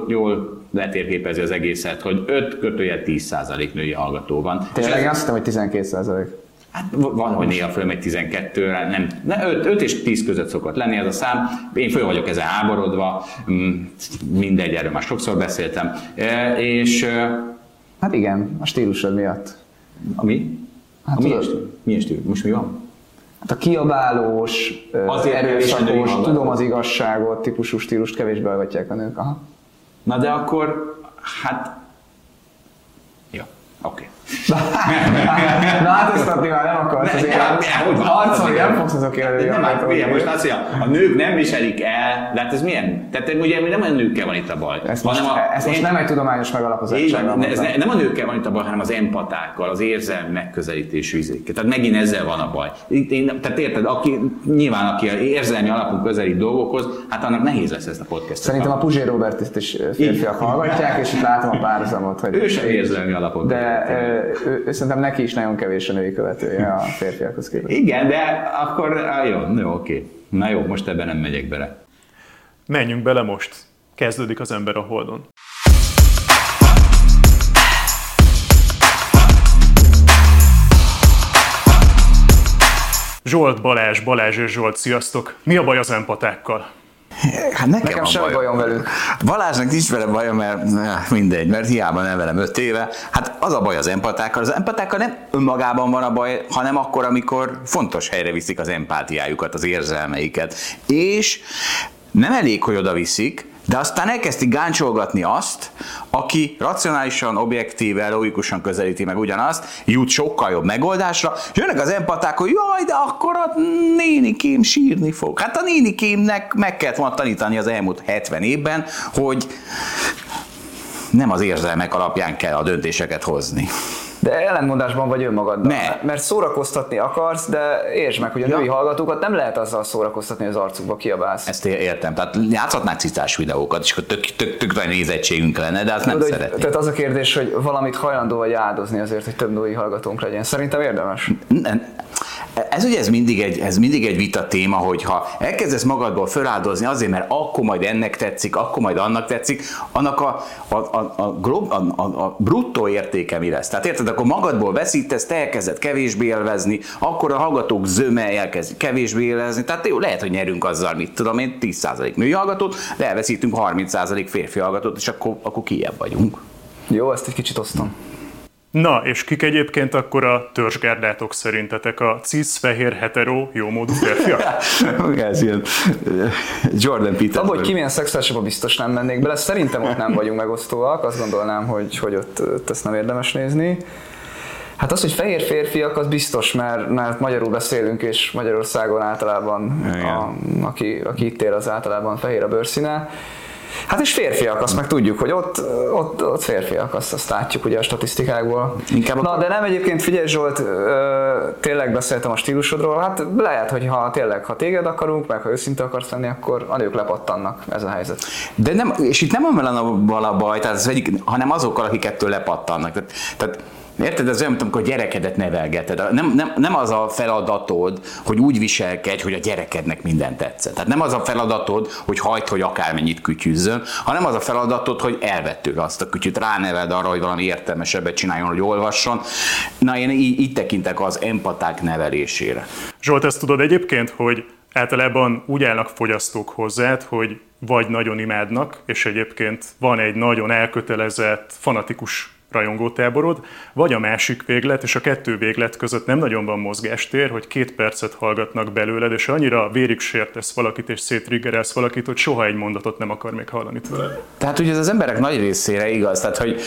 jól letérképezi az egészet, hogy 5-10% női hallgató van. Tényleg én azt hittem, hogy 12%. Hát van, hogy néha fölmegy 12-re, 5 és 10 között szokott lenni ez a szám. Én föl vagyok ezen háborodva, mindegy, erről már sokszor beszéltem. És... Hát igen, a stílusod miatt. Mi? Hát milyen stílus? Most mi van? Hát a kiabálós, erőszakos, tudom az igazságot típusú stílust kevésbé hallgatják a nők. Aha. Na de akkor, hát... Jó, oké. Na hát ezt adni már nem akarsz, azért harcolni nem fogsz azok élni. Most azt mondja, a nők nem viselik el, de hát ez milyen? Tehát ugye nem a nőkkel van itt a baj. Ez most nem egy tudományos megalapozottsággal. Nem a nőkkel van itt a baj, hanem az empatákkal, az érzelmi megközelítésű izékkel. Tehát megint ezzel van a baj. Tehát érted, nyilván aki érzelmi alapú közelít dolgokhoz, hát annak nehéz lesz ezt a podcastot. Szerintem a Puzsér Robertet is férfiak hallgatják, és itt látom a párhuzamot. Ő sem érzelmi alapon. De szerintem neki is nagyon kevés a női követője a férfiakhoz képest. Igen, de akkor jó, oké. Na jó, most ebben nem megyek bele. Menjünk bele most. Kezdődik az Ember a Holdon. Zsolt, Balázs és Zsolt, sziasztok! Mi a baj az empatákkal? Hát nekem semmi bajom velük. Balázsnak nincs vele baja, mert mindegy, mert hiába nevelem 5 éve. Hát az a baj az empatákkal. Az empatákkal nem önmagában van a baj, hanem akkor, amikor fontos helyre viszik az empátiájukat, az érzelmeiket. És nem elég, hogy oda viszik, de aztán elkezdik gáncsolgatni azt, aki racionálisan, objektíven, logikusan közelíti meg ugyanazt, jut sokkal jobb megoldásra, és jönnek az empaták, hogy jaj, de akkor a nénikém sírni fog. Hát a nénikémnek meg kellett volna tanítani az elmúlt 70 évben, hogy nem az érzelmek alapján kell a döntéseket hozni. De ellentmondásban vagy önmagaddal. Ne. Mert szórakoztatni akarsz, de értsd meg, hogy a női hallgatókat nem lehet azzal szórakoztatni, hogy az arcukba kiabálsz. Ezt értem. Tehát játszhatnánk cicás videókat, és akkor tök nagy nézettségünk lenne, de azt nem szeretnék. Tehát az a kérdés, hogy valamit hajlandó vagy áldozni azért, hogy több női hallgatónk legyen. Szerintem érdemes. Ez mindig egy vita téma, hogy ha elkezdesz magadból feláldozni azért, mert akkor majd ennek tetszik, akkor majd annak tetszik, annak a bruttó értéke mi lesz. Tehát érted, akkor magadból veszítesz, te elkezded kevésbé élvezni, akkor a hallgatók zöme elkezd kevésbé élvezni, tehát jó, lehet, hogy nyerünk azzal, mit tudom én, 10% női hallgatót, de elveszítünk 30% férfi hallgatót, és akkor kijebb vagyunk. Jó, ezt egy kicsit osztom. Na, és kik egyébként akkor a törzsgárdátok szerintetek? A cis, fehér, hetero, jómódú férfiak? Ez ilyen Jordan Peterson. Abba, hogy ki milyen szexuálisabban biztos nem mennék bele, szerintem ott nem vagyunk megosztóak, azt gondolnám, hogy ott ezt nem érdemes nézni. Hát az, hogy fehér férfiak, az biztos, mert magyarul beszélünk, és Magyarországon általában, aki itt él, az általában fehér a bőrszíne. Hát és férfiak, azt meg tudjuk, hogy ott férfiak, azt látjuk ugye a statisztikákból. Na, de nem egyébként, figyelj Zsolt, tényleg beszéltem a stílusodról, hát lehet, hogy ha téged akarunk, meg ha őszinte akarsz lenni, akkor a nők lepattannak, ez a helyzet. De nem, és itt nem van a baj, tehát az egyik, hanem azokkal, akik ettől lepattannak. Tehát érted, ez olyan, mint amikor a gyerekedet nevelgeted. Nem az a feladatod, hogy úgy viselkedj, hogy a gyerekednek minden tetszett. Tehát nem az a feladatod, hogy hagyd, hogy akármennyit kütyüzzön, hanem az a feladatod, hogy elvedd tőle azt a kütyüt, ráneveld arra, hogy valami értelmesebbet csináljon, hogy olvasson. Na, én így tekintek az empaták nevelésére. Zsolt, ezt tudod egyébként, hogy általában úgy állnak fogyasztók hozzád, hogy vagy nagyon imádnak, és egyébként van egy nagyon elkötelezett, fanatikus rajongótáborod, vagy a másik véglet, és a kettő véglet között nem nagyon van mozgástér, hogy 2 percet hallgatnak belőled, és annyira vérig sértesz valakit, és széttriggerelsz valakit, hogy soha egy mondatot nem akar még hallani tőled. Tehát ugye ez az emberek nagy részére igaz, tehát hogy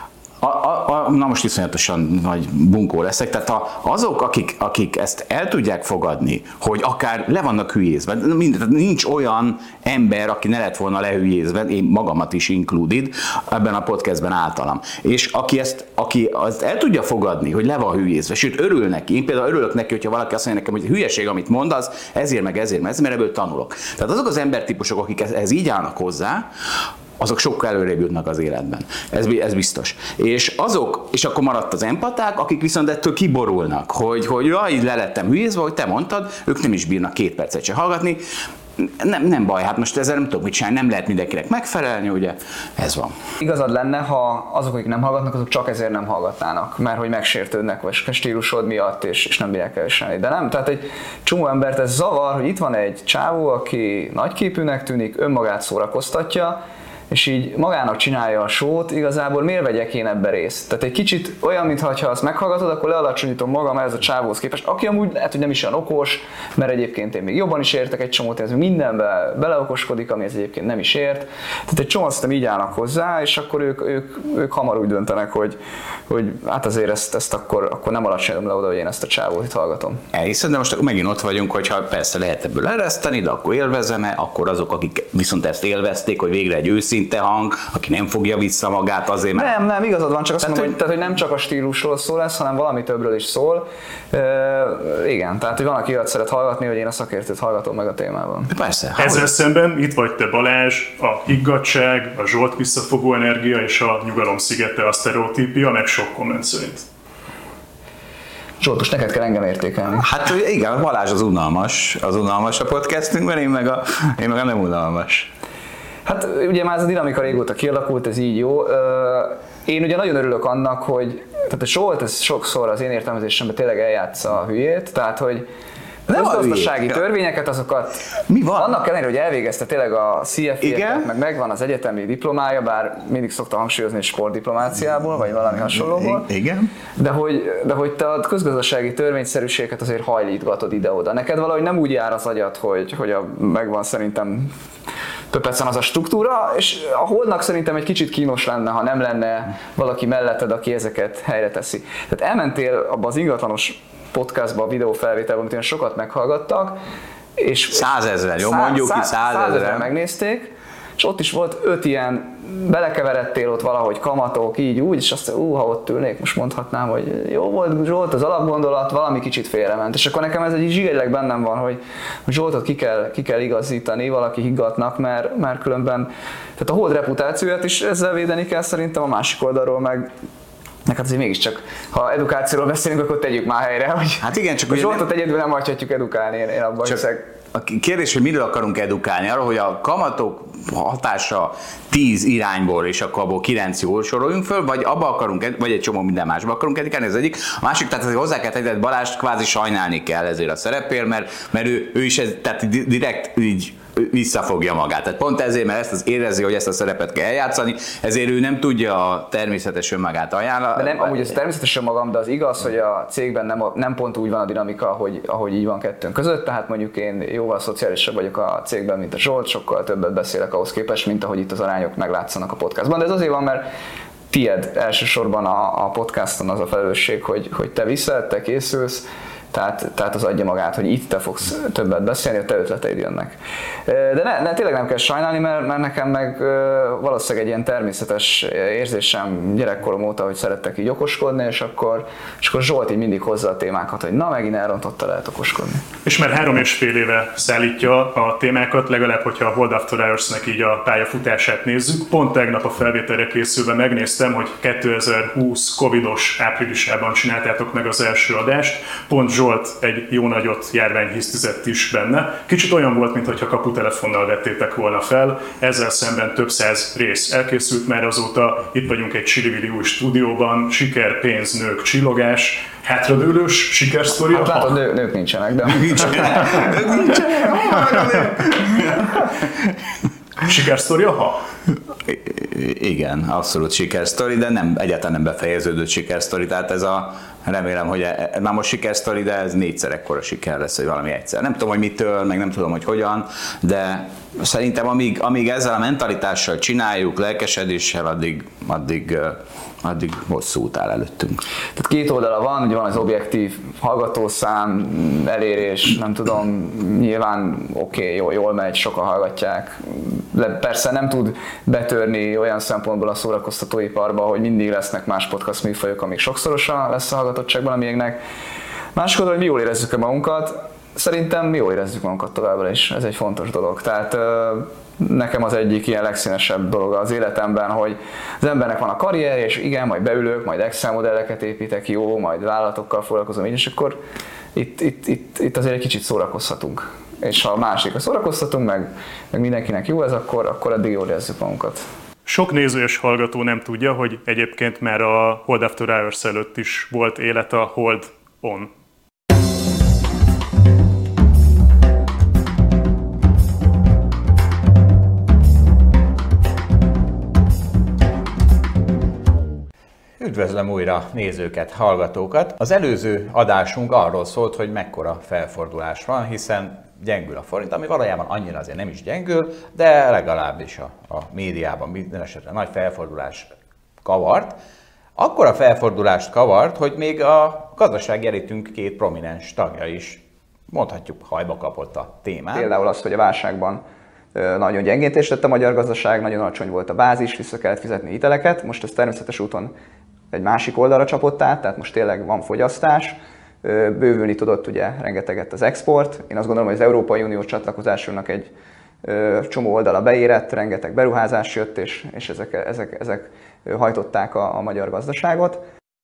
na most iszonyatosan nagy bunkó leszek, tehát azok, akik ezt el tudják fogadni, hogy akár le vannak hülyézve, nincs olyan ember, aki ne lett volna lehülyézve, én magamat is included ebben a podcastben általam. És aki azt el tudja fogadni, hogy le van hülyézve, sőt örül neki, én például örülök neki, hogyha valaki azt mondja nekem, hogy hülyeség, amit mondasz, ezért, mert ebből tanulok. Tehát azok az embertípusok, akik ez így állnak hozzá, azok sokkal előrébb jutnak az életben. Ez biztos. És akkor maradt az empaták, akik viszont ettől kiborulnak, hogy jaj, így le lettem hülyézve, hogy te mondtad, ők nem is bírnak 2 percet se hallgatni. nem baj, hát most ezzel nem tudok mit csinálni, nem lehet mindenkinek megfelelni, ugye, ez van. Igazad lenne, ha azok, akik nem hallgatnak, azok csak ezért nem hallgatnának, mert hogy megsértődnek, vagy stílusod miatt, és nem bírják elviselni. De nem, tehát egy csomó embert ez zavar, hogy itt van egy csávó, aki nagyképűnek tűnik, önmagát szórakoztatja, és így magának csinálja a show-t, igazából miért vegyek én ebbe részt? Tehát egy kicsit olyan, mintha azt meghallgatod, akkor lealacsonyítom magam ez a csávóhoz képest, aki amúgy lehet, hogy nem is olyan okos, mert egyébként én még jobban is értek egy csomót, ez mindenbe beleokoskodik, ami ez egyébként nem is ért. Tehát egy csomó azt így állnak hozzá, és akkor ők hamar úgy döntenek, hogy hát azért ezt akkor nem alacsonyítom le oda, hogy én ezt a csávót itt hallgatom. Elhiszem, de most megint ott vagyunk, hogyha persze lehet ebből ereszteni, de akkor élvezem-e, akkor azok, akik viszont ezt élvezték, hogy végre egy őszinte hang, aki nem fogja vissza magát azért, mert... Nem, igazad van, csak azt mondom, hogy nem csak a stílusról szól ez, hanem valami többről is szól. Igen, tehát hogy van, aki olyat szeret hallgatni, hogy én a szakértőt hallgatom meg a témában. Persze. Ezzel szemben itt vagy te, Balázs, a higgadtság, a Zsolt visszafogó energia és a nyugalom szigete a sztereotípia, meg sok komment szerint. Zsolt, most neked kell engem értékelni. Hát igen, Balázs az unalmas a podcastünkben, én meg a nem unalmas. Hát ugye már ez a dinamika régóta kialakult, ez így jó. Én ugye nagyon örülök annak, hogy tehát a Zsolt ez sokszor az én értelmezésemben tényleg eljátsza a hülyét, tehát hogy közgazdasági törvényeket, azokat mi van? Annak ellenére, hogy elvégezte tényleg a CFI-et, meg megvan az egyetemi diplomája, bár mindig szokta hangsúlyozni, hogy sportdiplomáciából, vagy valami hasonlóból. Igen. De hogy te a közgazdasági törvényszerűséget azért hajlítgatod ide-oda. Neked valahogy nem úgy jár az agyad, hogy megvan szerintem többetszön az a struktúra, és a Holdnak szerintem egy kicsit kínos lenne, ha nem lenne valaki melletted, aki ezeket helyre teszi. Tehát elmentél abba az ingatlanos podcastba, a videófelvételben, amit sokat meghallgattak, és 100 000, jó, mondjuk ki 100 000 megnézték, és ott is volt 5 ilyen, belekeveredtél ott valahogy kamatok, így úgy, és azt ha ott ülnék, most mondhatnám, hogy jó volt Zsolt, az alapgondolat, valami kicsit félrement. És akkor nekem ez egy zsigerileg bennem van, hogy Zsoltot ki kell igazítani, valaki higgatnak, mert különben, tehát a Hold reputációját is ezzel védeni kell szerintem, a másik oldalról meg hát azért mégiscsak, ha edukációról beszélünk, akkor tegyük már helyre, hogy hát igen, csak Zsoltot egyedül nem hagyhatjuk edukálni, én abban hiszek. A kérdés, hogy miről akarunk edukálni? Arról, hogy a kamatok hatása 10 irányból, és akkor abból 9 jól soroljunk föl, vagy abba akarunk, vagy egy csomó minden másba akarunk edukálni, ez egyik. A másik, tehát azért hozzá kell tenni, hogy Balást kvázi sajnálni kell ezért a szerepért, mert ő is tehát direkt így visszafogja magát. Tehát pont ezért, mert ezt érezi, hogy ezt a szerepet kell eljátszani, ezért ő nem tudja a természetes önmagát ajánlani. De nem, amúgy ez természetesen magam, de az igaz, hogy a cégben nem pont úgy van a dinamika, ahogy így van kettőnk között, tehát mondjuk én jóval szociálisabb vagyok a cégben, mint a Zsolt, sokkal többet beszélek ahhoz képest, mint ahogy itt az arányok meglátszanak a podcastban, de ez azért van, mert tied elsősorban a podcaston az a felelősség, hogy te viszed, te készülsz, tehát az adja magát, hogy itt te fogsz többet beszélni, a te ötleteid jönnek. De tényleg nem kell sajnálni, mert nekem meg valószínűleg egy ilyen természetes érzésem gyerekkorom óta, hogy szerettek így okoskodni, és akkor Zsolt így mindig hozza a témákat, hogy na megint elrontotta, lehet okoskodni. És már 3,5 éve szállítja a témákat, legalább, hogyha a Hold After Hours-nek így a pályafutását nézzük. Pont tegnap a felvételre készülve megnéztem, hogy 2020 covidos áprilisában csináltátok meg az első adást. Pont Zsolt egy jó nagyot járványhisztizett is benne. Kicsit olyan volt, mintha kaputelefonnal vettétek volna fel, ezzel szemben több száz rész elkészült már azóta. Itt vagyunk egy csili-vili új stúdióban, siker, pénz, nők, csillogás, hátradőlős sikersztoria. Hát látod, nők nincsenek, de... Sikersztoria, ha? Igen, abszolút sikersztori, de egyáltalán nem befejeződött sikersztori, tehát ez remélem, hogy már most sikersztori, de ez 4-szer ekkora siker lesz, hogy valami egyszer. Nem tudom, hogy mitől, meg nem tudom, hogy hogyan, de szerintem amíg ezzel a mentalitással csináljuk, lelkesedéssel, addig hosszú út áll előttünk. Tehát két oldala van, ugye van az objektív hallgatószám, elérés, nem tudom, nyilván jól megy, sokan hallgatják, de persze nem tud betörni olyan szempontból a szórakoztatóiparba, hogy mindig lesznek más podcast műfajok, amik sokszorosan lesz a hallgatottságban a miénknek. Másik oldalon, hogy mi jól érezzük magunkat, szerintem mi jól érezzük magunkat továbbra is, ez egy fontos dolog. Tehát nekem az egyik ilyen legszínesebb dolog az életemben, hogy az embernek van a karrierje, és igen, majd beülök, majd Excel modelleket építek, jó, majd vállalatokkal foglalkozom így, és akkor itt azért egy kicsit szórakozhatunk. és ha a másikra szórakoztatunk, meg mindenkinek jó ez, akkor addig jól érezzük magunkat. Sok néző és hallgató nem tudja, hogy egyébként már a Hold After Hours előtt is volt élet a Hold On. Üdvözlöm újra nézőket, hallgatókat! Az előző adásunk arról szólt, hogy mekkora felfordulás van, hiszen gyengül a forint, ami valójában annyira azért nem is gyengül, de legalábbis a médiában minden esetre nagy felfordulás kavart. Akkora felfordulást kavart, hogy még a gazdasági elitünk két prominens tagja is, mondhatjuk, hajba kapott a témát. Például az, hogy a válságban nagyon gyengén teljesített a magyar gazdaság, nagyon alacsony volt a bázis, vissza kellett fizetni hiteleket, most ez természetes úton egy másik oldalra csapott át, tehát most tényleg van fogyasztás, bővülni tudott ugye rengeteget az export. Én azt gondolom, hogy az Európai Unió csatlakozásának egy csomó oldala beérett, rengeteg beruházás jött, és ezek hajtották a magyar gazdaságot.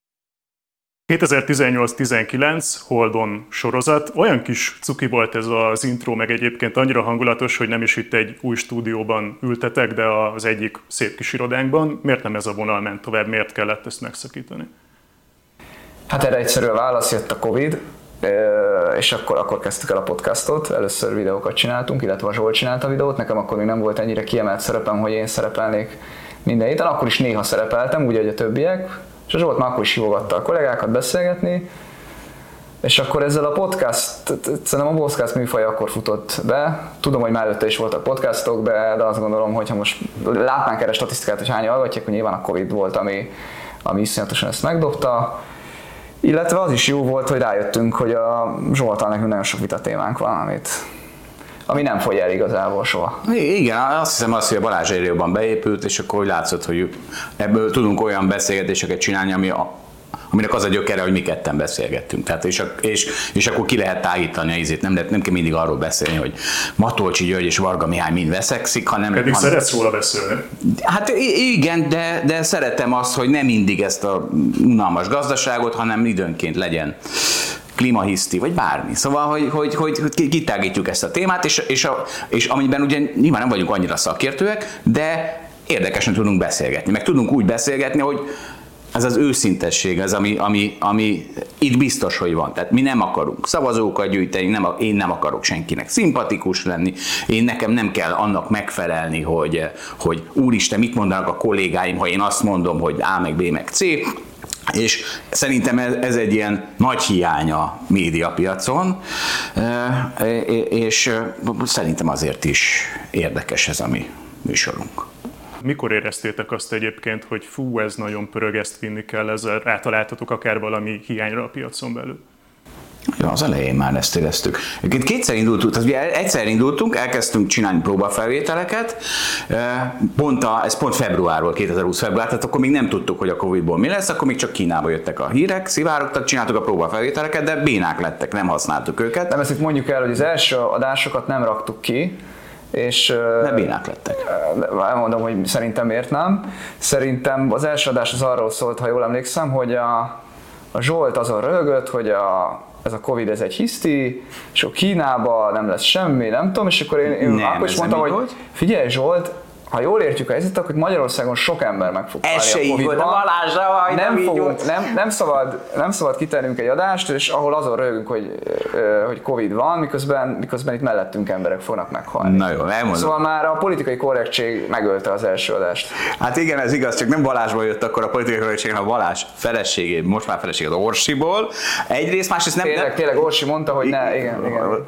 2018-19 Hold On sorozat. Olyan kis cuki volt ez az intro, meg egyébként annyira hangulatos, hogy nem is itt egy új stúdióban ültetek, de az egyik szép kis irodánkban. Miért nem ez a vonal ment tovább? Miért kellett ezt megszakítani? Hát erre egyszerű a válasz, jött a Covid, és akkor kezdtük el a podcastot. Először videókat csináltunk, illetve a Zsolt csinálta videót. Nekem akkor még nem volt ennyire kiemelt szerepem, hogy én szerepelnék minden héten. Akkor is néha szerepeltem, úgy, hogy a többiek. És a Zsolt már akkor is hívogatta a kollégákat beszélgetni, és akkor ezzel a szerintem a podcast műfaj akkor futott be. Tudom, hogy már előtte is voltak podcastok, de azt gondolom, hogy ha most látnánk erre statisztikát, hogy hányan hallgatják, hogy nyilván a Covid volt, ami iszonyatosan ezt megdobta. Illetve az is jó volt, hogy rájöttünk, hogy a Zsolttal nekünk nagyon sok vitatémánk van, ami nem fogy el igazából soha. Igen, azt hiszem hogy a Balázs egyre jobban beépült, és akkor látszott, hogy ebből tudunk olyan beszélgetéseket csinálni, aminek az a gyökere, hogy mi ketten beszélgettünk. Tehát és akkor ki lehet tágítani a ízét. Nem kell mindig arról beszélni, hogy Matolcsi György és Varga Mihály mind veszekszik, hanem... Pedig szeretsz róla beszélni. Hát igen, de szeretem azt, hogy nem mindig ezt a unalmas gazdaságot, hanem időnként legyen klímahiszti, vagy bármi. Szóval, hogy kitágítjuk ezt a témát, és amiben ugye nyilván nem vagyunk annyira szakértőek, de érdekesen tudunk beszélgetni. Meg tudunk úgy beszélgetni, hogy ez az őszintesség, az, ami itt biztos, hogy van. Tehát mi nem akarunk szavazókat gyűjteni, én nem akarok senkinek szimpatikus lenni, nekem nem kell annak megfelelni, hogy úristen, mit mondanak a kollégáim, ha én azt mondom, hogy A meg B meg C, és szerintem ez egy ilyen nagy hiány a médiapiacon, és szerintem azért is érdekes ez a mi műsorunk. Mikor éreztétek azt egyébként, hogy fú, ez nagyon pörög, ezt vinni kell, ezzel rátaláltatok akár valami hiányra a piacon belül? Ja, az elején már ezt éreztük. Kétszer indultunk, tehát egyszer indultunk, elkezdtünk csinálni próbafelvételeket, ez pont február volt, 2020 február, tehát akkor még nem tudtuk, hogy a Covid-ból mi lesz, akkor még csak Kínába jöttek a hírek, szivárogtak, csináltuk a próbafelvételeket, de bénák lettek, nem használtuk őket. Nem, ezt itt mondjuk el, hogy az első adásokat nem raktuk ki, és de bénák lettek. Elmondom, hogy szerintem miért nem. Szerintem az első adás az arról szólt, ha jól emlékszem, hogy a Zsolt azon röhögött, hogy ez a Covid, ez egy hiszti, és akkor Kínában nem lesz semmi, nem tudom, és akkor én akkor is mondtam, hogy figyelj Zsolt, ha jól értjük a helyzetet, akkor Magyarországon sok ember meg fog halni a Covid-ban. Nem szabad kitennünk egy adást, és ahol azon röhögünk, hogy Covid van, miközben itt mellettünk emberek fognak meghalni. Na jó, elmondom. Szóval már a politikai korrektség megölte az első adást. Hát igen, ez igaz, csak nem Balázsból jött akkor a politikai korrektség, hanem a Balázs feleségé, most már feleség az Orsiból. Egyrészt, másrészt nem... Tényleg Orsi mondta, hogy ne, igen.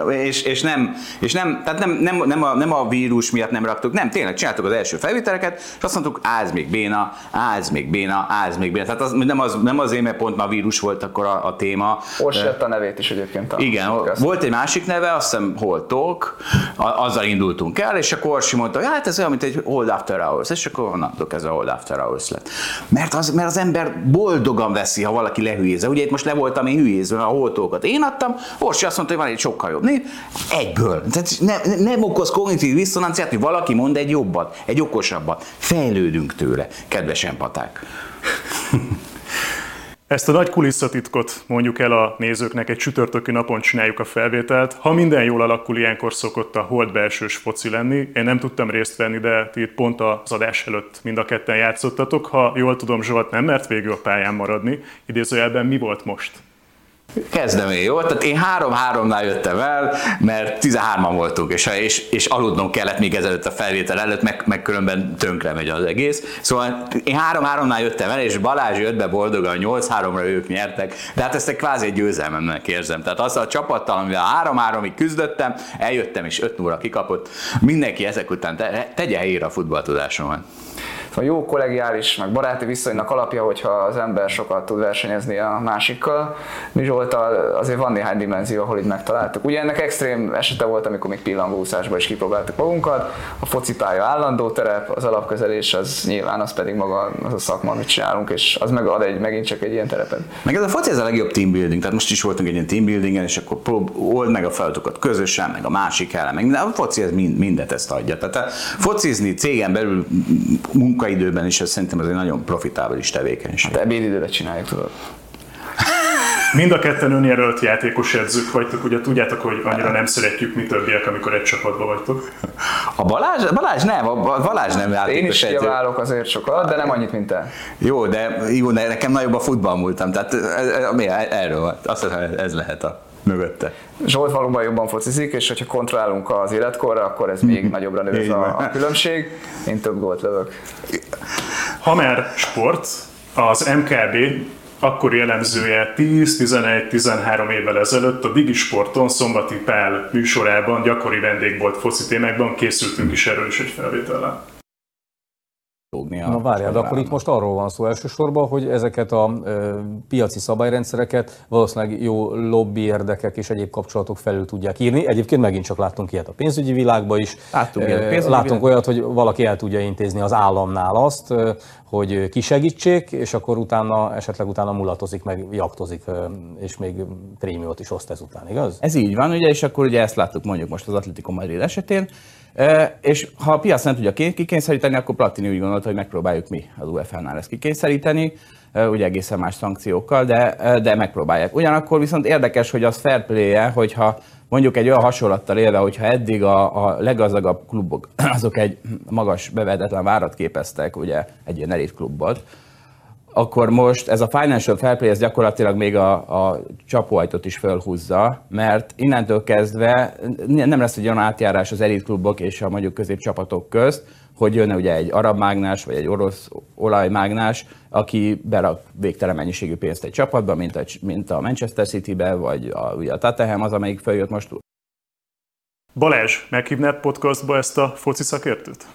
Tehát nem a vírus miatt nem raktuk, nem, tényleg csináltuk az első felvételeket, és azt mondtuk, áz még béna. Tehát az nem azért, mert pont már vírus volt akkor a téma. Orsi lett a nevét is egyébként. Igen, volt egy másik neve, azt hiszem Hold Talk, azzal indultunk el, és akkor Orsi mondta, hogy hát ez olyan, mint egy Hold After Hours, és akkor onnantól ez a Hold After Hours lett. Mert az ember boldogan veszi, ha valaki lehülyézze. Ugye itt most le voltam én hülyézve, a Hold Talkot én adtam, Orsi azt mondta, hogy van egy sokkal jobb név, egyből. Tehát nem okoz kognitív diszonanciát, hogy valaki mond egy jobbat, egy okosabbat. Fejlődünk tőle, kedves empaták. Ezt a nagy kulisszatitkot mondjuk el a nézőknek, egy csütörtöki napon csináljuk a felvételt. Ha minden jól alakul, ilyenkor szokott a holdbelsős foci lenni. Én nem tudtam részt venni, de ti itt pont az adás előtt mind a ketten játszottatok. Ha jól tudom, Zsolt nem mert végül a pályán maradni. Idézőjelben mi volt most? Kezdem én, jó? Tehát én 3-3-nál jöttem el, mert 13-an voltunk, és aludnom kellett még ezelőtt a felvétel előtt, meg különben tönkre megy az egész. Szóval én 3-3-nál jöttem el, és Balázs jött be boldogan, 8-3-ra ők nyertek, de hát ezt egy kvázi egy győzelmemnek érzem. Tehát azt a csapattal, amivel 3-3-ig küzdöttem, eljöttem, és 5-0 kikapott. Mindenki ezek után tegye helyére a futballtudásomat. A jó kollegiális, meg baráti viszonynak alapja, hogyha az ember sokat tud versenyezni a másikkal. Mi Zsolttal azért van néhány dimenzió, ahol így megtaláltuk. Ugye ennek extrém esete volt, amikor még pillangóúszásban is kipróbáltuk magunkat. A focipálya állandó terep, az alapközelés az nyilván, az pedig maga az a szakma, amit csinálunk, és az meg ad megint csak egy ilyen terepet. Meg ez a foci, ez a legjobb teambuilding, tehát most is voltunk egy ilyen teambuildingen, és akkor old meg a feladatokat közösen, meg a másik ellen, meg minden. A foci ez mindent ezt adja. Tehát focizni cégen belül munkaidőben is, ez szerintem ez egy nagyon profitábilis tevékenység. Hát ebédidőre csináljuk, tudod. Mind a ketten önjelölt játékos edzők vagytok, ugye tudjátok, hogy annyira nem szeretjük mi többiek, amikor egy csapatban vagytok. A Balázs nem játékos Én is edző. javálok azért sokat, de nem annyit, mint te. Jó, de nekem nagyobb a futballmúltam, tehát erről van. Azt hiszem, ez lehet a mögötte. Zsolt valóban jobban focizik, és hogyha kontrollálunk az életkorra, akkor ez még nagyobbra nő ez a különbség. Én több gólt lövök. Ha már sport, az MKB akkori elemzője 10-11-13 évvel ezelőtt a Digi Sporton Szombati Pál műsorában gyakori vendég volt foci témákban, készültünk is erről is egy felvétellel. Na várjál, de akkor itt most arról van szó elsősorban, hogy ezeket a piaci szabályrendszereket valószínűleg jó lobby érdekek és egyéb kapcsolatok felül tudják írni. Egyébként megint csak láttunk ilyet a pénzügyi világban is. Láttunk olyat, hogy valaki el tudja intézni az államnál azt, hogy kisegítsék, és akkor esetleg utána mulatozik, meg jaktozik, és még prémiót is oszt ezután, igaz? Ez így van, ugye, és akkor ugye ezt láttuk mondjuk most az Atletico Madrid esetén, és ha a piac nem tudja kikényszeríteni, akkor Platini úgy gondolta, hogy megpróbáljuk mi az UEFA-nál ezt kikényszeríteni, ugye egészen más szankciókkal, de megpróbálják. Ugyanakkor viszont érdekes, hogy az fair play-e, hogyha mondjuk egy olyan hasonlattal élve, hogyha eddig a leggazdagabb klubok, azok egy magas bevetetlen várat képeztek, ugye egy ilyen elit klubot, akkor most ez a financial fair play ez gyakorlatilag még a csapóajtót is fölhúzza, mert innentől kezdve nem lesz egy olyan átjárás az elitklubok és a mondjuk középcsapatok közt, hogy jönne ugye egy arab mágnás vagy egy orosz olajmágnás, aki berak végtelen mennyiségű pénzt egy csapatba, mint a Manchester City-be, vagy ugye a Tottenham az, amelyik följött most. Balázs, meghívnád podcastba ezt a foci szakértőt?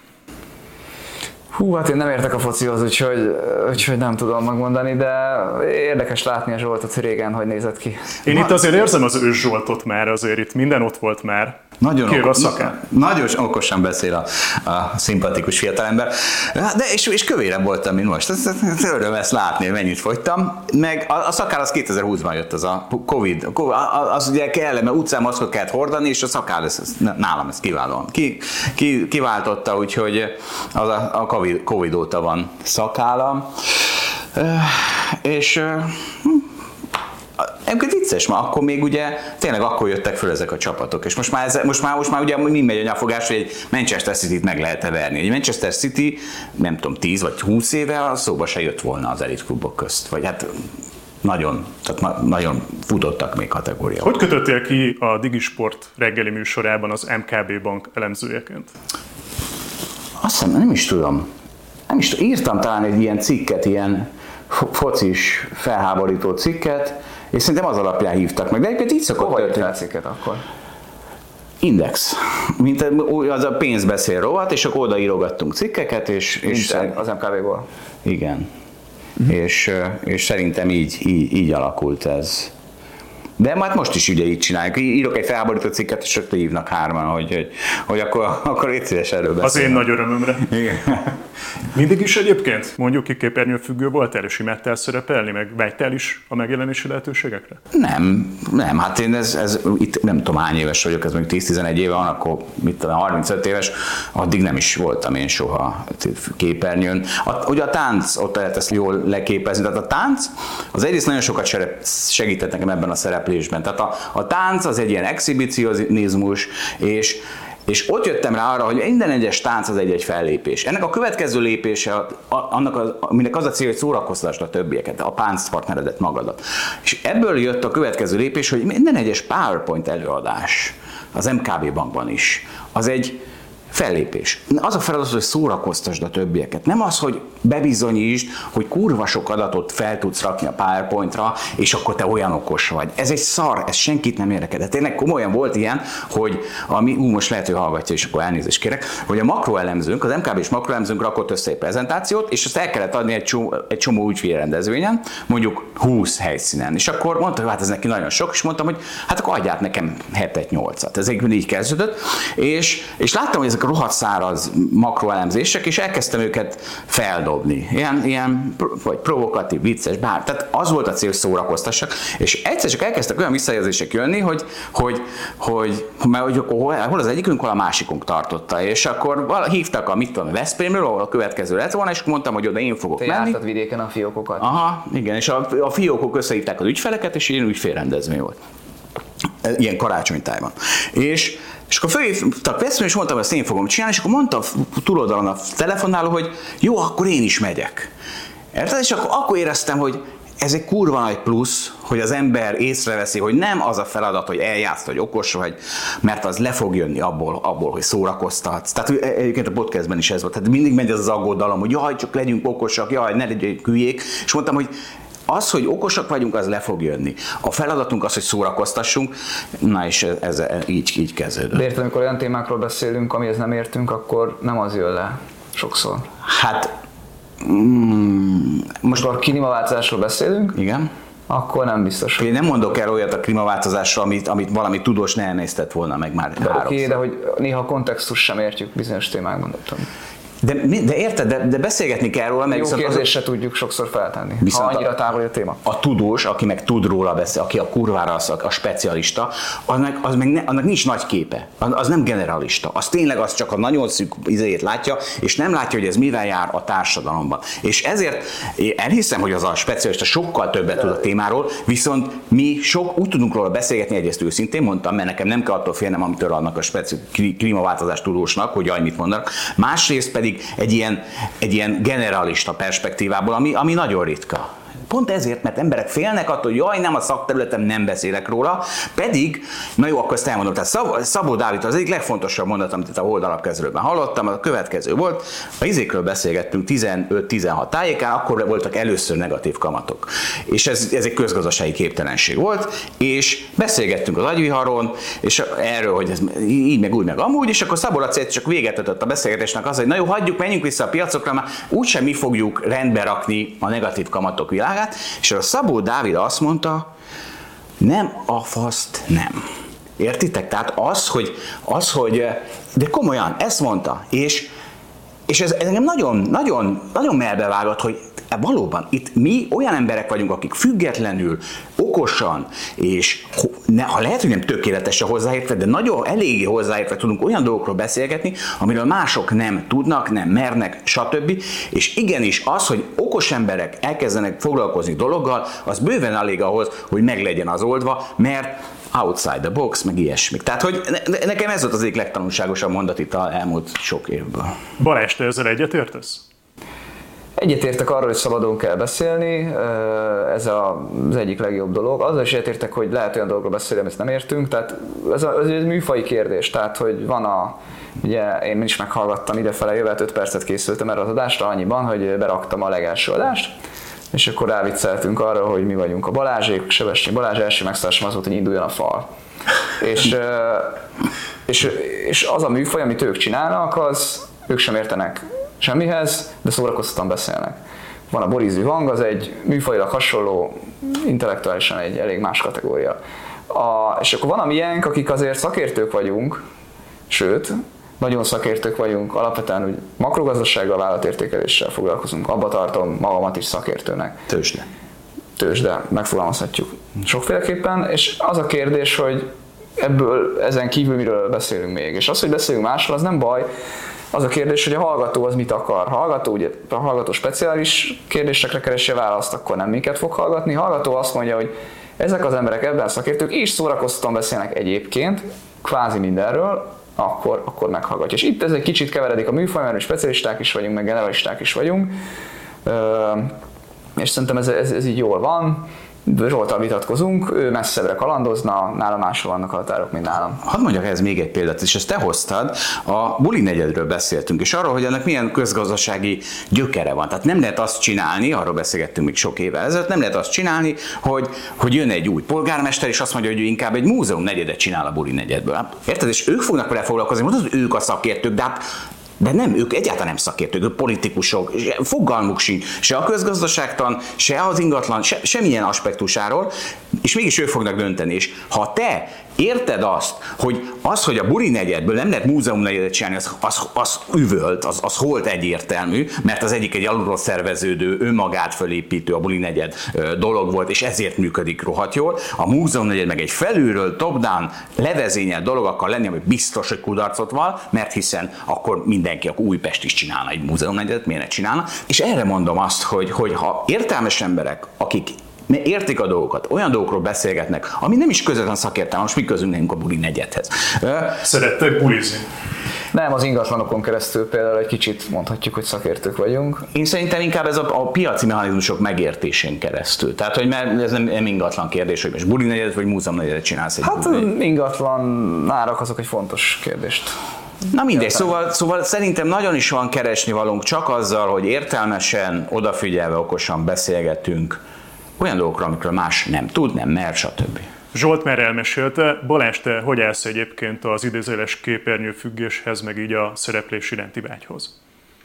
Hú, hát én nem értek a focihoz, úgyhogy nem tudom megmondani, de érdekes látni a Zsoltot, hogy régen hogy nézett ki. Én itt azért érzem az ős Zsoltot már, azért itt minden ott volt már. Nagyon okosan beszél a szimpatikus fiatalember. De és kövérebb voltam, mint most. Öröm ezt látni, hogy mennyit fogytam. Meg a szakál az 2020-ban jött, az a Covid. Az ugye kell, mert utcámaszkot kellett hordani, és a szakál, nálam ez kiválóan. Kiváltotta, úgyhogy az a Covid óta van szakállam. És egyébként vicces, ma akkor még ugye tényleg akkor jöttek föl ezek a csapatok, és most már ugye mi megy a nyafogás, hogy egy Manchester City-t meg lehet-e verni. Egy Manchester City, nem tudom, 10 vagy 20 éve szóba se jött volna az elitklubok közt, vagy hát nagyon futottak még kategóriában. Hogy kötöttél ki a Digi Sport reggeli műsorában az MKB Bank elemzőjeként? Azt hiszem, nem is tudom. Írtam talán egy ilyen cikket, ilyen focis felháborító cikket, és szerintem az alapján hívtak meg. De egyébként így szokott történni. Hova cikket akkor? Index. Mint az a pénzbeszél rovat, és akkor oda írogattunk cikkeket, és az MKB-ból. Igen. És szerintem így alakult ez. De majd most is ugye így csináljuk. Írok egy felháborító cikket, és rögtön hívnak hárman, hogy akkor légy szíves erről beszélni. Az én nagy örömömre. Igen. Mindig is egyébként? Mondjuk ki képernyőfüggő voltál és imádtál szerepelni, meg vágytál is a megjelenési lehetőségekre? Nem, hát én itt nem tudom hány éves vagyok, ez mondjuk 10-11 éve van, akkor mit tudom, 35 éves, addig nem is voltam én soha képernyőn. Ugye a tánc, ott lehet ezt jól leképezni, tehát a tánc az egyrészt nagyon sokat segített nekem ebben a szereplésben. Tehát a tánc az egy ilyen exhibicionizmus, és ott jöttem rá arra, hogy minden egyes tánc az egy fellépés. Ennek a következő lépése, aminek az a cél, hogy szórakoztasd a többieket, a páncpartneredet, magadat. És ebből jött a következő lépés, hogy minden egyes PowerPoint előadás, az MKB bankban is, az egy fellépés. Az a feladat, hogy szórakoztasd a többieket. Nem az, hogy bebizonyítsd, hogy kurva sok adatot fel tudsz rakni a PowerPointra, és akkor te olyan okos vagy. Ez egy szar, ez senkit nem érdekel. De tényleg komolyan volt ilyen, hogy most lehet, hogy hallgatja, és akkor elnézést kérek, hogy a makroelemzőnk, az MKB-s makroelemzőnk rakott össze egy prezentációt, és azt el kellett adni egy csomó ügyfélrendezvényen, mondjuk 20 helyszínen. És akkor mondta, hogy hát ez neki nagyon sok, és mondtam, hogy hát akkor adját nekem 7-8-at. Ez így kezdődött, és láttam, hogy ezek a rohadt száraz makroelemzések, és elkezdtem őket feldobni. Ilyen vagy provokatív, vicces, bár. Tehát az volt a cél, hogy szórakoztassak, és egyszer csak elkezdtek olyan visszajelzések jönni, hogy hol az egyikünk, hol a másikunk tartotta, és akkor hívtak a Veszprémről, ahol a következő lett volna, és mondtam, hogy oda én fogok menni. Te jártad vidéken a fiókokat. Aha, igen, és a fiókok összehívták az ügyfeleket, és ilyen ügyfélrendezvény volt. Ilyen karácsonytájban. És akkor fölhívtak Veszprém, és mondtam, hogy ezt én fogom csinálni, és akkor mondta a túloldalon a telefonáló, hogy jó, akkor én is megyek. Érted? És akkor éreztem, hogy ez egy kurva nagy plusz, hogy az ember észreveszi, hogy nem az a feladat, hogy eljátszd, hogy okos vagy, mert az le fog jönni abból, hogy szórakoztatsz. Tehát egyébként a podcastben is ez volt. Tehát mindig megy ez az aggodalom, hogy jaj, csak legyünk okosak, jaj, ne legyünk hülyék. És mondtam, hogy az, hogy okosak vagyunk, az le fog jönni. A feladatunk az, hogy szórakoztassunk, na és ez így kezdődött. De érted, amikor olyan témákról beszélünk, amihez nem értünk, akkor nem az jön le sokszor. Hát... Most a klímaváltozásról beszélünk? Igen. Akkor nem biztos. Én nem mondok el olyat a klímaváltozásról, amit valami tudós ne emésztett volna meg már háromszor. Oké, de hogy néha a kontextus sem értjük bizonyos témákban. De érted, de beszélgetni kell róla, mert jó kérdést se tudjuk sokszor feltenni, ha annyira távoli a téma. A tudós, aki meg tud róla beszél, aki a kurvára a specialista, annak nincs nagy képe, az nem generalista. Az tényleg az csak a nagyon szűk izéjét látja, és nem látja, hogy ez mivel jár a társadalomban. És ezért elhiszem, hogy az a specialista sokkal többet tud a témáról, viszont mi úgy tudunk róla beszélgetni, egyrészt őszintén mondtam, mert nekem nem kell attól félnem, amitől annak a klímaváltozás tudósnak, hogy jaj, mit mondanak. Másrészt pedig egy ilyen generalista perspektívából, ami nagyon ritka. Pont ezért, mert emberek félnek attól, hogy jaj, nem a szakterületem, nem beszélek róla, pedig, na jó, akkor ezt elmondom, tehát Szabó Dávid az egyik legfontosabb mondat, amit itt a Holdalapkezelőben hallottam, a következő volt, a izékről beszélgettünk 15-16 tájékán, akkor voltak először negatív kamatok. És ez egy közgazdasági képtelenség volt, és beszélgettünk az agyviharon, és erről, hogy ez így, meg úgy, meg amúgy, és akkor Szabó Laci csak véget vetett a beszélgetésnek az, hogy na jó, hagyjuk, menjünk vissza a piacokra, mert úgysem mi fogjuk rendbe rakni a negatív kamatok világát. És a Szabó Dávid azt mondta, nem a faszt nem. Értitek? Tehát az, hogy de komolyan, ezt mondta, és ez engem nagyon melbevágott, hogy valóban itt mi olyan emberek vagyunk, akik függetlenül, okosan, és ha lehet, hogy nem tökéletesen hozzáértve, de nagyon eléggé hozzáértve tudunk olyan dolgokról beszélgetni, amiről mások nem tudnak, nem mernek, stb. És igenis az, hogy okos emberek elkezdenek foglalkozni dologgal, az bőven elég ahhoz, hogy meg legyen az oldva, mert outside the box, meg ilyesmik. Tehát, hogy nekem ez volt az egyik legtanulságosabb mondat itt az elmúlt sok évből. Balázs, te ezzel egyetértesz? Egyetértek arról, hogy szabadon kell beszélni, ez az egyik legjobb dolog. Azzal is egyetértek, hogy lehet olyan dolgokról beszélni, amit nem értünk, tehát ez egy műfaji kérdés, tehát hogy van ugye én is meghallgattam idefele jövet, 5 percet készültem erre az adásra annyiban, hogy beraktam a legelső adást, és akkor rávicceltünk arra, hogy mi vagyunk a Balázsék, Sebestyén Balázs, első megszállásom az volt, hogy induljon a fal. És az a műfaj, amit ők csinálnak, az ők sem értenek semmihez, de szórakoztatóan beszélnek. Van a borízű hang, az egy műfajilag hasonló, intellektuálisan egy elég más kategória. És akkor van amilyenk, akik azért szakértők vagyunk, sőt, nagyon szakértők vagyunk, alapvetően úgy makrogazdasággal, vállalatértékeléssel foglalkozunk, abba tartom magamat is szakértőnek. Tőzsde, megfogalmazhatjuk sokféleképpen, és az a kérdés, hogy ezen kívül miről beszélünk még, és az, hogy beszélünk másról, az nem baj. Az a kérdés, hogy a hallgató az mit akar. Ha a hallgató speciális kérdésekre keresi a választ, akkor nem minket fog hallgatni. Ha a hallgató azt mondja, hogy ezek az emberek ebben szakértők és szórakoztatóan beszélnek egyébként, kvázi mindenről, akkor meghallgatja. És itt ez egy kicsit keveredik a műfaj, mert specialisták is vagyunk, meg generalisták is vagyunk, és szerintem ez így jól van. Zsolttal vitatkozunk, ő messzebbre kalandozna, nála máshol vannak a határok, mint nálam. Hadd mondjak ez még egy példát, és ezt te hoztad, a buli negyedről beszéltünk, és arról, hogy ennek milyen közgazdasági gyökere van. Tehát nem lehet azt csinálni, arról beszélgettünk még sok évvel ezelőtt, nem lehet azt csinálni, hogy jön egy új polgármester, és azt mondja, hogy ő inkább egy múzeum negyedet csinál a buli negyedből. Érted? És ők fognak vele foglalkozni, mondod, hogy ők a szakértők, de nem, ők egyáltalán nem szakértők, ők politikusok, fogalmuk sincs, se a közgazdaságtan, se az ingatlan, semmilyen aspektusáról, és mégis ők fognak dönteni. És ha te érted azt, hogy a buli negyedből nem lehet múzeum negyedet csinálni, az üvölt, az holt egyértelmű, mert az egyik egy alulról szerveződő, önmagát fölépítő, a buli negyed dolog volt, és ezért működik rohadt jól. A múzeum negyed meg egy felülről top-down levezényelt dolog akar lenni, ami biztos, hogy kudarcot val, mert hiszen akkor mindenki, akkor Újpest is csinálna egy múzeum negyedet, miért ne csinálna? És erre mondom azt, hogy ha értelmes emberek, akik értik a dolgokat, olyan dolgokról beszélgetnek, ami nem is közvetlen szakértelme, most mi közünk nekünk a buli negyedhez. Szerettek bulizni? Nem, az ingatlanokon keresztül például egy kicsit mondhatjuk, hogy szakértők vagyunk. Én szerintem inkább ez a piaci mechanizmusok megértésén keresztül. Tehát, hogy ez nem ingatlan kérdés, hogy most buli negyedet vagy múzeum negyedet csinálsz egy ingatlan árak azok egy fontos kérdést. Na mindegy, szóval szerintem nagyon is van keresni valónk csak azzal, hogy értelmesen, odafigyelve, okosan beszélgetünk olyan dolgokról, amikről más nem tud, nem mer, stb. Zsolt már elmesélte, Balázs, te hogy állsz egyébként az idézőjeles képernyőfüggéshez, meg így a szereplés iránti vágyhoz?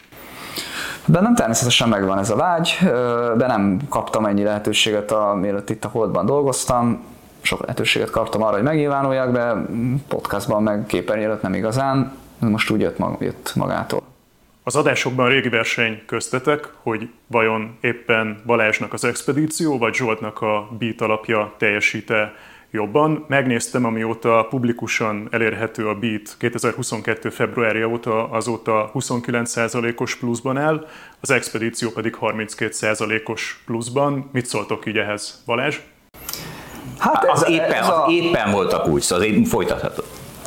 Bennem természetesen megvan ez a vágy, de nem kaptam ennyi lehetőséget, mielőtt itt a Holdban dolgoztam. Sok lehetőséget kaptam arra, hogy megnyilvánuljak, de podcastban meg képernyő előtt nem igazán. Most úgy jött magától. Az adásokban régi verseny köztetek, hogy vajon éppen Balázsnak az expedíció, vagy Zsoltnak a beat alapja teljesít-e jobban. Megnéztem, amióta publikusan elérhető a beat 2022. februárja óta, azóta 29%-os pluszban áll, az expedíció pedig 32%-os pluszban. Mit szóltok így ehhez, Balázs? Hát éppen volt a kulcs, az folytatható.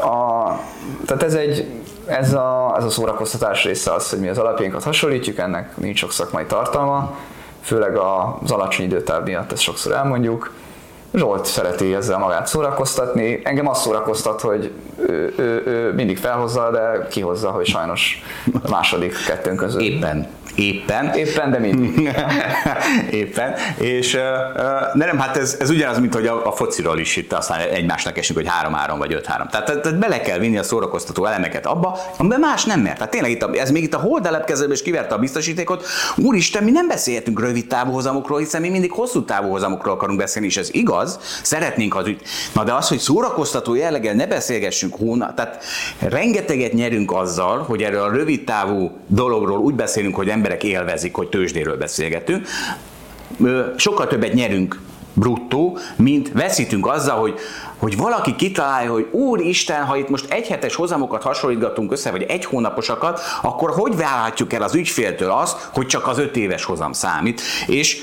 Tehát ez a szórakoztatás része az, hogy mi az alapjainkat hasonlítjuk, ennek nincs sok szakmai tartalma, főleg az alacsony időtáv miatt ezt sokszor elmondjuk. Zsolt szereti ezzel magát szórakoztatni, engem azt szórakoztat, hogy ő mindig felhozza, de kihozza, hogy sajnos a második kettőnk közül. Éppen, de mindig. Éppen. És nem, hát ez ugyanaz, mint hogy a fociról is itt aztán egymásnak esünk, hogy 3-3 vagy 5-3. Tehát bele kell vinni a szórakoztató elemeket abba, amiben más nem mer. Tehát tényleg ez még itt a Hold elepkezelőben is kiverte a biztosítékot. Úristen, mi nem beszélhetünk rövid távú hozamokról, hiszen mi mindig hosszú távú hozamokról akarunk beszélni, és ez igaz, szeretnénk az ügy. Na de az, hogy szórakoztató jelleggel ne beszélgessünk tehát rengeteget nyerünk azzal, hogy erről a rövid távú dologról úgy beszélünk, hogy emberek élvezik, hogy tőzsdéről beszélgetünk. Sokkal többet nyerünk bruttó, mint veszítünk azzal, hogy valaki kitalálja, hogy úristen, ha itt most egyhetes hozamokat hasonlítgatunk össze, vagy egy hónaposakat, akkor hogy várhatjuk el az ügyféltől azt, hogy csak az 5 éves hozam számít, és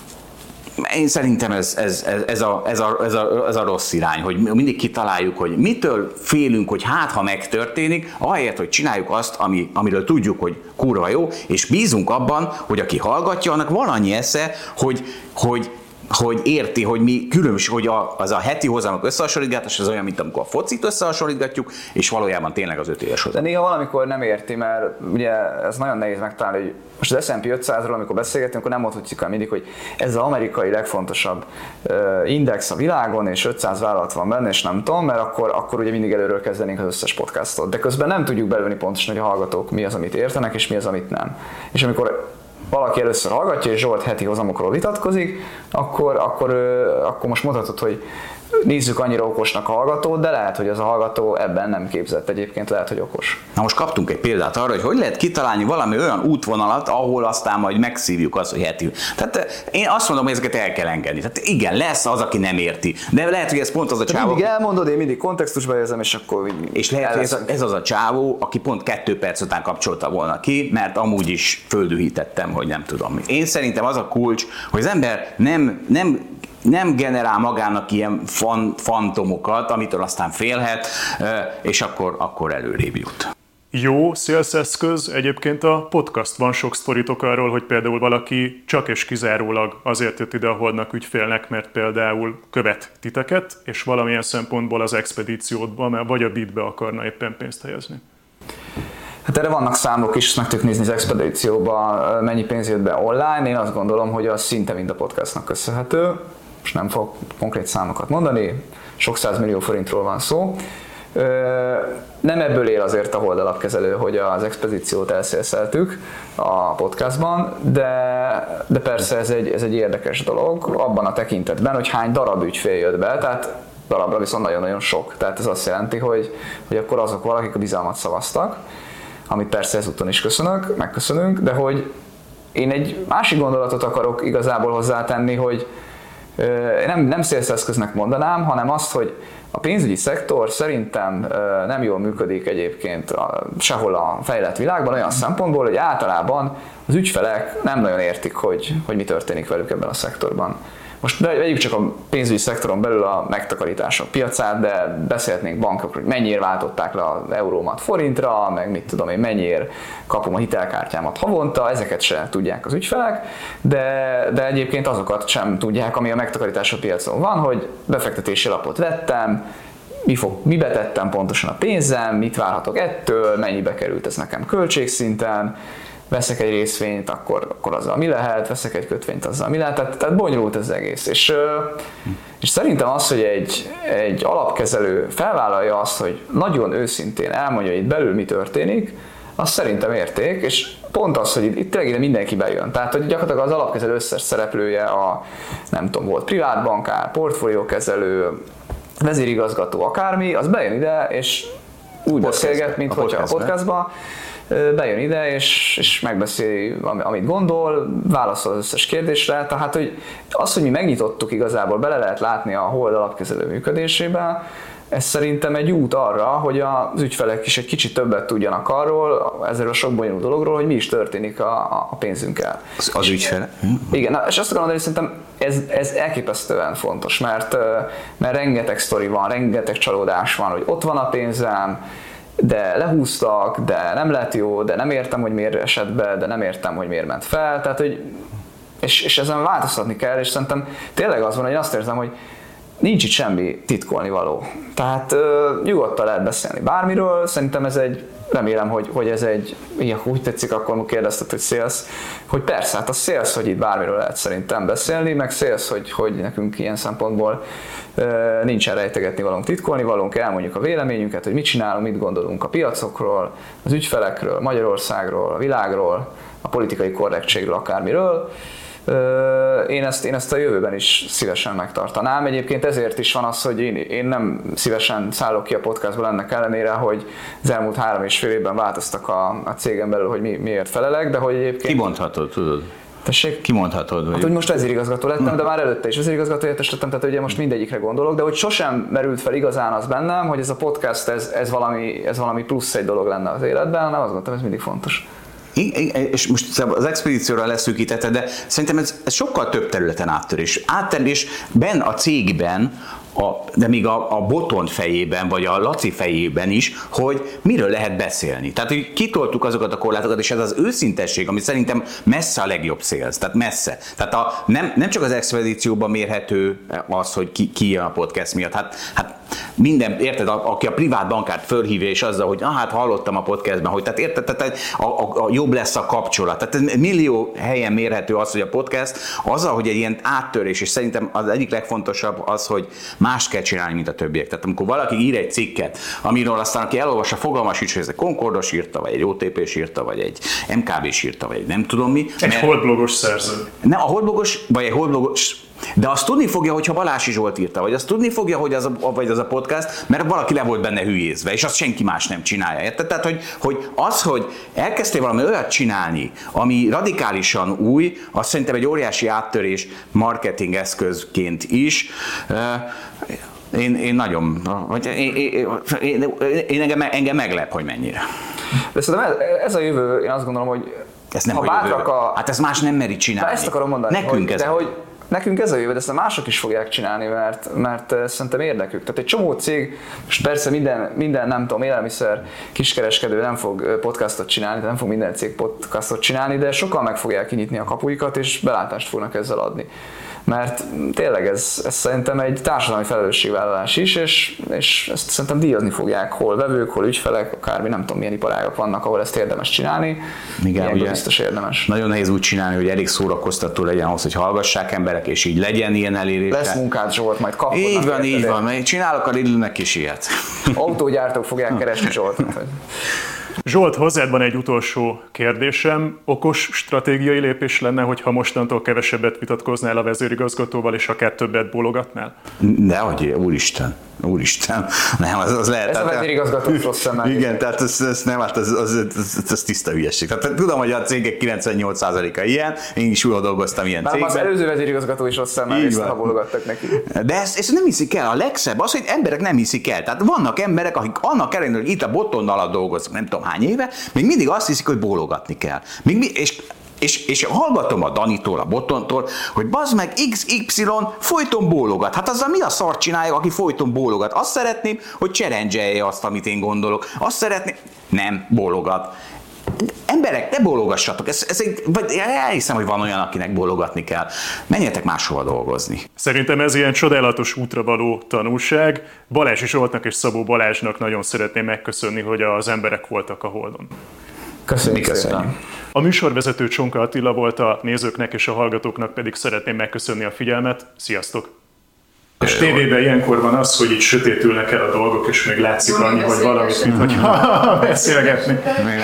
én szerintem ez a rossz irány, hogy mindig kitaláljuk, hogy mitől félünk, hogy ha megtörténik, ahelyett, hogy csináljuk azt, amiről tudjuk, hogy kurva jó, és bízunk abban, hogy aki hallgatja, annak van annyi esze, hogy érti, hogy mi különbség, hogy az a heti hozamok összehasonlítgatás az olyan, mint amikor a focit összehasonlítgatjuk, és valójában tényleg az 5 éves hozam. De néha valamikor nem érti, mert ugye ez nagyon nehéz megtalálni, hogy most az S&P 500-ról, amikor beszélgetünk, akkor nem mondhatjuk el mindig, hogy ez az amerikai legfontosabb index a világon, és 500 vállalat van benne, és nem tudom, mert akkor ugye mindig előről kezdenénk az összes podcastot. De közben nem tudjuk belőni pontosan, hogy a hallgatók mi az, amit értenek, és mi az, amit nem. És amikor valaki először hallgatja, és Zsolt heti hozamokról vitatkozik, akkor most mondhatod, hogy nézzük annyira okosnak a hallgatót, de lehet, hogy az a hallgató ebben nem képzett, egyébként lehet, hogy okos. Na most kaptunk egy példát arra, hogy lehet kitalálni valami olyan útvonalat, ahol aztán majd megszívjuk azt, hogy heti. Tehát én azt mondom, hogy ezeket el kell engedni. Tehát igen, lesz az, aki nem érti, de lehet, hogy ez pont az a csávó. Mindig elmondod, én mindig kontextusba érzem, és akkor... És lehet, hogy ez az a csávó, aki pont 2 perc után kapcsolta volna ki, mert amúgy is földühítettem, hogy nem tudom mi. Én szerintem az a kulcs, hogy az ember nem generál magának ilyen fantomokat, amitől aztán félhet, és akkor előrébb jut. Jó sales eszköz egyébként a podcast. Van sok sztoritok arról, hogy például valaki csak és kizárólag azért jött ide a Holdnak ügyfélnek, mert például követ titeket, és valamilyen szempontból az expedíciódba, vagy a Bitbe akarna éppen pénzt helyezni. Hát erre vannak számok is, meg tudjuk nézni az expedícióban, mennyi pénz jött be online. Én azt gondolom, hogy az szinte mind a podcastnak köszönhető. Most nem fogok konkrét számokat mondani, sok 100 millió forintról van szó. Nem ebből él azért a Hold alapkezelő, hogy az expedíciót elszélszeltük a podcastban, de persze ez egy érdekes dolog abban a tekintetben, hogy hány darab ügyfél jött be, tehát darabra viszont nagyon-nagyon sok. Tehát ez azt jelenti, hogy akkor azok valakik a bizalmat szavaztak, amit persze ezúton is megköszönünk, de hogy én egy másik gondolatot akarok igazából hozzátenni, hogy nem sales eszköznek mondanám, hanem azt, hogy a pénzügyi szektor szerintem nem jól működik egyébként sehol a fejlett világban olyan szempontból, hogy általában az ügyfelek nem nagyon értik, hogy mi történik velük ebben a szektorban. Most vegyük csak a pénzügyi szektoron belül a megtakarítások piacát, de beszélhetnénk bankokról, hogy mennyire váltották le az eurómat forintra, meg mit tudom én, mennyire kapom a hitelkártyámat havonta, ezeket sem tudják az ügyfelek, de egyébként azokat sem tudják, ami a megtakarítások piacon van, hogy befektetési lapot vettem, mibe tettem pontosan a pénzem, mit várhatok ettől, mennyibe került ez nekem költségszinten, veszek egy részvényt, akkor azzal mi lehet, veszek egy kötvényt, azzal mi lehet, tehát bonyolult ez egész. És szerintem az, hogy egy alapkezelő felvállalja azt, hogy nagyon őszintén elmondja, hogy itt belül mi történik, az szerintem érték, és pont az, hogy itt tényleg mindenki bejön. Tehát, hogy gyakorlatilag az alapkezelő összes szereplője, nem tudom, volt privátbankár, portfóliókezelő, vezérigazgató, akármi, az bejön ide, és úgy beszélget, mint hogyha a podcastban, bejön ide, és megbeszéli, amit gondol, válaszol az összes kérdésre. Tehát, hogy az, hogy mi megnyitottuk igazából, bele lehet látni a Hold alapkezelő működésébe, ez szerintem egy út arra, hogy az ügyfelek is egy kicsit többet tudjanak arról, ezzel a sok bonyolult dologról, hogy mi is történik a pénzünkkel. Az ügyfelek? Igen, és azt akarom mondani, hogy szerintem ez elképesztően fontos, mert rengeteg sztori van, rengeteg csalódás van, hogy ott van a pénzem, de lehúztak, de nem lett jó, de nem értem, hogy miért esett be, de nem értem, hogy miért ment fel, tehát, hogy, és ezen változtatni kell, és szerintem tényleg az van, hogy azt érzem, hogy nincs itt semmi titkolni való. Tehát nyugodtan lehet beszélni bármiről, szerintem remélem, hogy ez úgy tetszik, akkor kérdezted, hogy sales, hogy persze, hát a sales, hogy itt bármiről lehet szerintem beszélni, meg sales, hogy nekünk ilyen szempontból nincsen rejtegetni valónk, titkolni valónk, elmondjuk a véleményünket, hogy mit csinálunk, mit gondolunk a piacokról, az ügyfelekről, Magyarországról, a világról, a politikai korrektségről, akármiről. Én ezt a jövőben is szívesen megtartanám. Egyébként ezért is van az, hogy én nem szívesen szállok ki a podcastból ennek ellenére, hogy az elmúlt 3,5 évben változtak a cégen belül, hogy miért felelek, de hogy egyébként... Kimondhatod, tudod. Tessék? Kimondhatod. Hát, hogy most vezérigazgató lettem, de már előtte is vezérigazgató helyettes lettem, tehát ugye most mindegyikre gondolok, de hogy sosem merült fel igazán az bennem, hogy ez a podcast, ez valami plusz egy dolog lenne az életben, hanem azt gondoltam, ez mindig fontos. És most az expedícióra leszűkítette, de szerintem ez sokkal több területen áttörés benn a cégben, de még a Botond fejében, vagy a Laci fejében is, hogy miről lehet beszélni. Tehát, hogy kitoltuk azokat a korlátokat, és ez az őszintesség, ami szerintem messze a legjobb sales, tehát messze. Tehát nem csak az expedícióban mérhető az, hogy ki jön a podcast miatt. Hát minden, érted, aki a privát bankárt fölhívja, és azzal, hogy hát hallottam a podcastben, hogy tehát érted, tehát a jobb lesz a kapcsolat. Tehát millió helyen mérhető az, hogy a podcast azzal, hogy egy ilyen áttörés, és szerintem az egyik legfontosabb az, hogy más kell csinálni, mint a többiek. Tehát amikor valaki ír egy cikket, amiről aztán aki elolvassa, fogalmas is, hogy ez egy Concordos írta, vagy egy OTP-s írta, vagy egy MKB-s írta, vagy egy nem tudom mi. Egy holdblogos szerző. Nem, a holdblogos, vagy egy holdblogos, De azt tudni fogja, hogyha Balási Zsolt írta, vagy azt tudni fogja, hogy az a podcast, mert valaki le volt benne hülyézve, és azt senki más nem csinálja. Érted? Tehát, hogy elkezdtél valami olyat csinálni, ami radikálisan új, azt szerintem egy óriási áttörés marketing eszközként is. Én nagyon, engem meglep, hogy mennyire. De szerintem ez a jövő, én azt gondolom, hogy ez nem hát ez más nem meri csinálni. Ezt akarom mondani, nekünk nekünk ez a jövő, de ezt mások is fogják csinálni, mert szerintem érdekük. Tehát egy csomó cég, most persze minden nem tudom, élelmiszer kiskereskedő nem fog podcastot csinálni, nem fog minden cég podcastot csinálni, de sokan meg fogják kinyitni a kapuikat, és belátást fognak ezzel adni. Mert tényleg ez szerintem egy társadalmi felelősségvállalás is, és ezt szerintem díjazni fogják, hol vevők, hol ügyfelek, akármi, nem tudom milyen iparágak vannak, ahol ezt érdemes csinálni. Igen, ugye biztos érdemes. Nagyon nehéz úgy csinálni, hogy elég szórakoztató legyen ahhoz, hogy hallgassák emberek, és így legyen ilyen elérés. Lesz munkád, Zsolt, majd kapkodnak. Így van, mert csinálok a Lidlnek is ilyet. Autógyártók fogják keresni Zsoltot. Zsolt, hozzád van egy utolsó kérdésem. Okos stratégiai lépés lenne, hogyha mostantól kevesebbet vitatkoznál a vezérigazgatóval, és akár többet bólogatnál? Dehogy, úristen. Nem, az lehet. Ez a vezérigazgató rossz szemmel. Igen, tehát ez nem, hát ez tiszta hülyeség. Tehát tudom, hogy a cégek 98%-a ilyen, én is újra dolgoztam ilyen cégben. Az előző vezérigazgató is rossz szemmel nézte, ha bólogattak neki. De ezt nem hiszik el. A legszebb az, hogy emberek nem hiszik el. Tehát vannak emberek, akik annak ellenére, hogy itt a Botton alatt dolgoznak, nem tudom hány éve, még mindig azt hiszik, hogy bólogatni kell. És hallgatom a Danitól, a Bottontól, hogy bazd meg XY folyton bólogat. Hát azzal mi a szart csinálják, aki folyton bólogat? Azt szeretném, hogy cserendzselje azt, amit én gondolok. Azt szeretném... Nem, bólogat. Emberek, ne bólogassatok. Elhiszem, hogy van olyan, akinek bólogatni kell. Menjetek máshova dolgozni. Szerintem ez ilyen csodálatos útra való tanulság. Balázsi Zsoltnak és Szabó Balázsnak nagyon szeretném megköszönni, hogy az emberek voltak a Holdon. Köszönjük szépen. A műsorvezető Csonka Attila volt, a nézőknek és a hallgatóknak pedig szeretném megköszönni a figyelmet. Sziasztok! És tévében ilyenkor van az, hogy itt sötétülnek el a dolgok, és még látszik annyi, hogy valamit, mint hogy beszélgetni.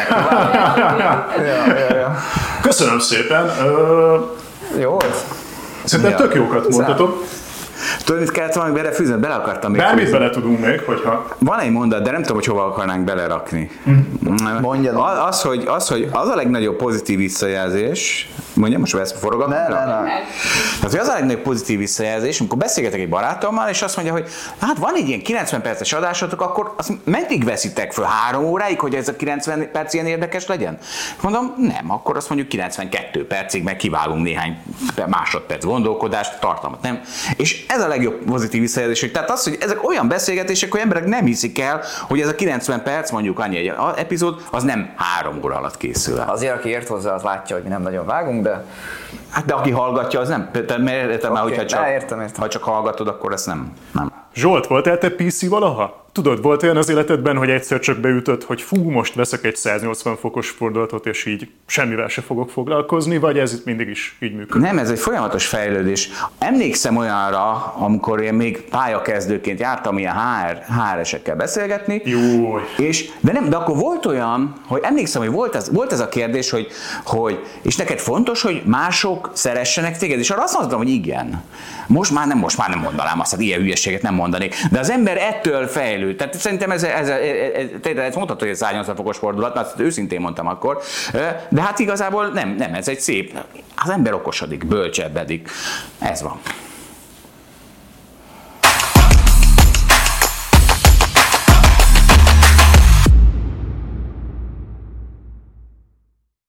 Köszönöm szépen! Jó volt? Szerintem tök jókat mondtatok. Tudod, mit kellett valami belefűzni? Bele akartam még. Bármit bele tudunk még, hogyha... Van egy mondat, de nem tudom, hogy hova akarnánk belerakni. Mondjad. Az a legnagyobb pozitív visszajelzés, mondjam, most ezt forgatom? Ne. Tehát, az a legnagyobb pozitív visszajelzés, amikor beszélgetek egy barátommal, és azt mondja, hogy hát van egy ilyen 90 perces adásotok, akkor azt meddig veszitek föl? 3 óráig, hogy ez a 90 perc ilyen érdekes legyen? Mondom, nem, akkor azt mondjuk 92 percig, meg kiválunk néhány másodperc gondolkodást, tartalmat, nem? És ez a legjobb pozitív visszajelzés, hogy tehát az, hogy ezek olyan beszélgetések, hogy emberek nem hiszik el, hogy ez a 90 perc, mondjuk annyi egy epizód, az nem 3 óra alatt készül el. Azért, aki ért hozzá, az látja, hogy mi nem nagyon vágunk, de... Hát de aki hallgatja, az nem. Értem már, hogyha csak, értem. Ha csak hallgatod, akkor ezt nem. Zsolt, voltál te PC valaha? Tudod, volt olyan az életedben, hogy egyszer csak beütött, hogy fú, most veszek egy 180 fokos fordulatot, és így semmivel se fogok foglalkozni, vagy ez itt mindig is így működik? Nem, ez egy folyamatos fejlődés. Emlékszem olyanra, amikor én még pályakezdőként jártam ilyen HR-esekkel beszélgetni. Júj. De akkor volt olyan, hogy emlékszem, hogy volt ez a kérdés, hogy és neked fontos, hogy mások szeressenek téged, és arra azt mondtam, hogy igen. Most már nem mondanám azt, hogy ilyen hülyeséget nem mondanék. De az ember ettől fejlőd. Tehát szerintem ez mondhatod, hogy ez 180 fokos fordulat, mert őszintén mondtam akkor, de hát igazából nem, ez egy szép, az ember okosodik, bölcsebbedik, ez van.